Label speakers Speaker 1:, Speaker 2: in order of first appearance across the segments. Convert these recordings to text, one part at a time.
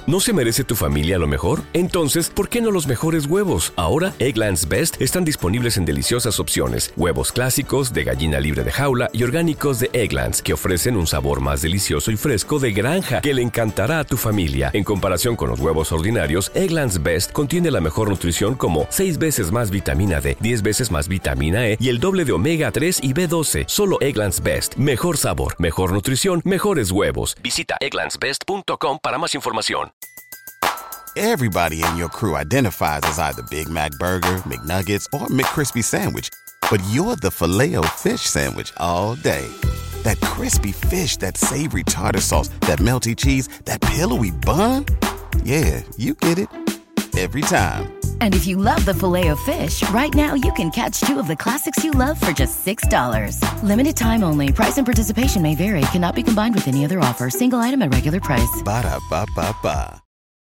Speaker 1: ¿No se merece tu familia lo mejor? Entonces, ¿por qué no los mejores huevos? Ahora, Eggland's Best están disponibles en deliciosas opciones. Huevos clásicos, de gallina libre de jaula y orgánicos de Eggland's, que ofrecen un sabor más delicioso y fresco de granja que le encantará a tu familia. En comparación con los huevos ordinarios, Eggland's Best contiene la mejor nutrición como 6 veces más vitamina D, 10 veces más vitamina E y el doble de omega 3 y B12. Solo Eggland's Best. Mejor sabor, mejor nutrición, mejores huevos. Visita egglandsbest.com para más información.
Speaker 2: Everybody in your crew identifies as either Big Mac Burger, McNuggets, or McCrispy Sandwich. But you're the Filet-O-Fish Sandwich all day. That crispy fish, that savory tartar sauce, that melty cheese, that pillowy bun. Yeah, you get it. Every time.
Speaker 3: And if you love the Filet-O-Fish, right now you can catch 2 of the classics you love for just $6. Limited time only. Price and participation may vary. Cannot be combined with any other offer. Single item at regular price.
Speaker 2: Ba-da-ba-ba-ba.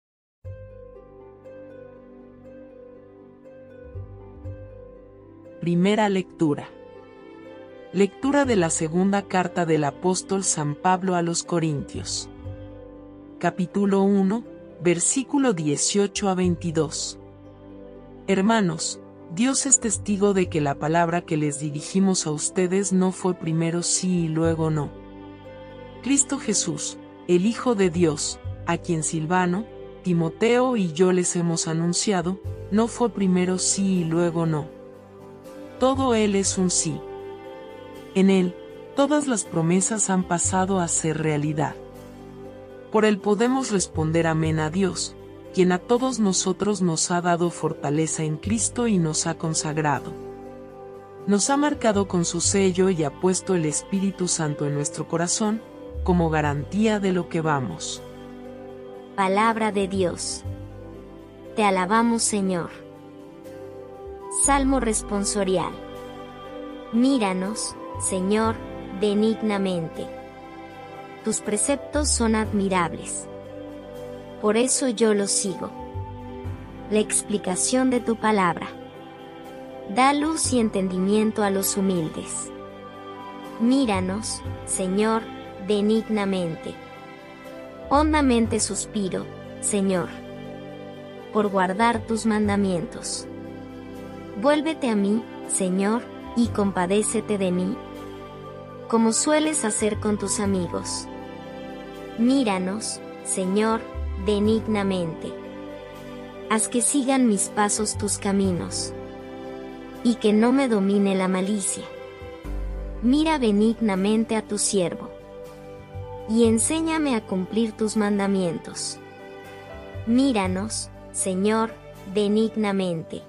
Speaker 4: Primera lectura. Lectura de la segunda carta del apóstol San Pablo a los Corintios. Capítulo 1, versículo 18 a 22. Hermanos, Dios es testigo de que la palabra que les dirigimos a ustedes no fue primero sí y luego no. Cristo Jesús, el Hijo de Dios, a quien Silvano, Timoteo y yo les hemos anunciado, no fue primero sí y luego no. Todo Él es un sí. En Él, todas las promesas han pasado a ser realidad. Por Él podemos responder amén a Dios, quien a todos nosotros nos ha dado fortaleza en Cristo y nos ha consagrado. Nos ha marcado con su sello y ha puesto el Espíritu Santo en nuestro corazón, como garantía de lo que vamos.
Speaker 5: Palabra de Dios. Te alabamos, Señor. Salmo responsorial. Míranos, Señor, benignamente. Tus preceptos son admirables. Por eso yo los sigo. La explicación de tu palabra. Da luz y entendimiento a los humildes. Míranos, Señor, benignamente. Hondamente suspiro, Señor, por guardar tus mandamientos. Vuélvete a mí, Señor, y compadécete de mí, como sueles hacer con tus amigos. Míranos, Señor, benignamente. Haz que sigan mis pasos tus caminos, y que no me domine la malicia. Mira benignamente a tu siervo, y enséñame a cumplir tus mandamientos. Míranos, Señor, benignamente.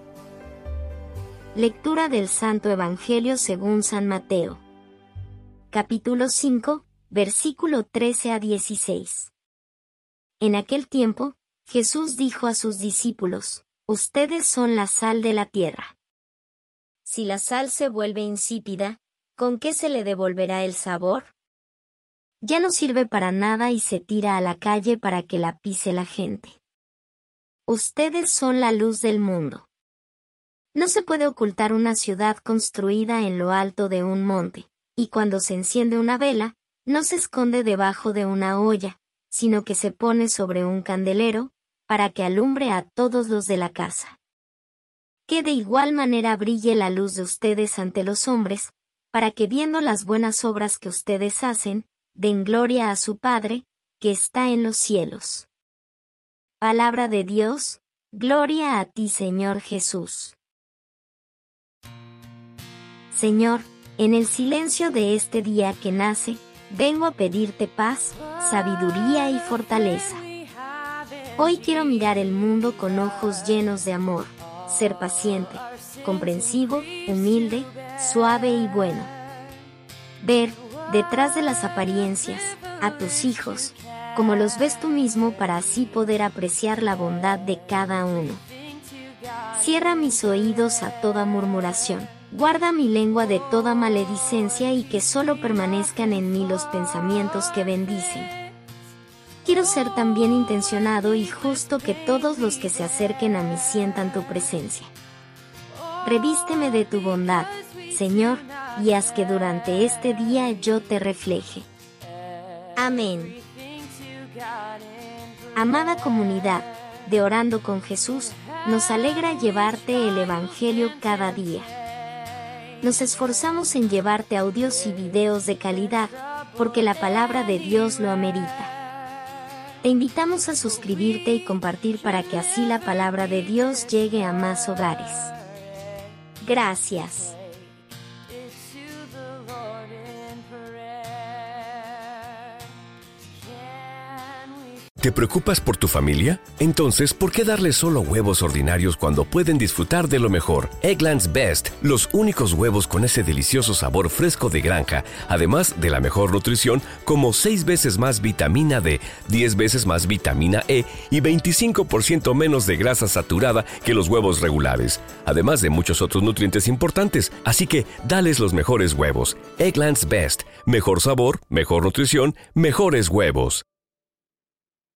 Speaker 5: Lectura del Santo Evangelio según San Mateo. Capítulo 5, versículo 13 a 16. En aquel tiempo, Jesús dijo a sus discípulos: Ustedes son la sal de la tierra. Si la sal se vuelve insípida, ¿con qué se le devolverá el sabor? Ya no sirve para nada y se tira a la calle para que la pise la gente. Ustedes son la luz del mundo. No se puede ocultar una ciudad construida en lo alto de un monte, y cuando se enciende una vela, no se esconde debajo de una olla, sino que se pone sobre un candelero, para que alumbre a todos los de la casa. Que de igual manera brille la luz de ustedes ante los hombres, para que viendo las buenas obras que ustedes hacen, den gloria a su Padre, que está en los cielos. Palabra de Dios, gloria a ti, Señor Jesús. Señor, en el silencio de este día que nace, vengo a pedirte paz, sabiduría y fortaleza. Hoy quiero mirar el mundo con ojos llenos de amor, ser paciente, comprensivo, humilde, suave y bueno. Ver, detrás de las apariencias, a tus hijos, como los ves tú mismo para así poder apreciar la bondad de cada uno. Cierra mis oídos a toda murmuración. Guarda mi lengua de toda maledicencia y que solo permanezcan en mí los pensamientos que bendicen. Quiero ser tan bien intencionado y justo que todos los que se acerquen a mí sientan tu presencia. Revísteme de tu bondad, Señor, y haz que durante este día yo te refleje. Amén. Amada comunidad de Orando con Jesús, nos alegra llevarte el Evangelio cada día. Nos esforzamos en llevarte audios y videos de calidad, porque la palabra de Dios lo amerita. Te invitamos a suscribirte y compartir para que así la palabra de Dios llegue a más hogares. Gracias.
Speaker 1: ¿Te preocupas por tu familia? Entonces, ¿por qué darles solo huevos ordinarios cuando pueden disfrutar de lo mejor? Eggland's Best, los únicos huevos con ese delicioso sabor fresco de granja, además de la mejor nutrición, como 6 veces más vitamina D, 10 veces más vitamina E y 25% menos de grasa saturada que los huevos regulares, además de muchos otros nutrientes importantes. Así que, dales los mejores huevos. Eggland's Best, mejor sabor, mejor nutrición, mejores huevos.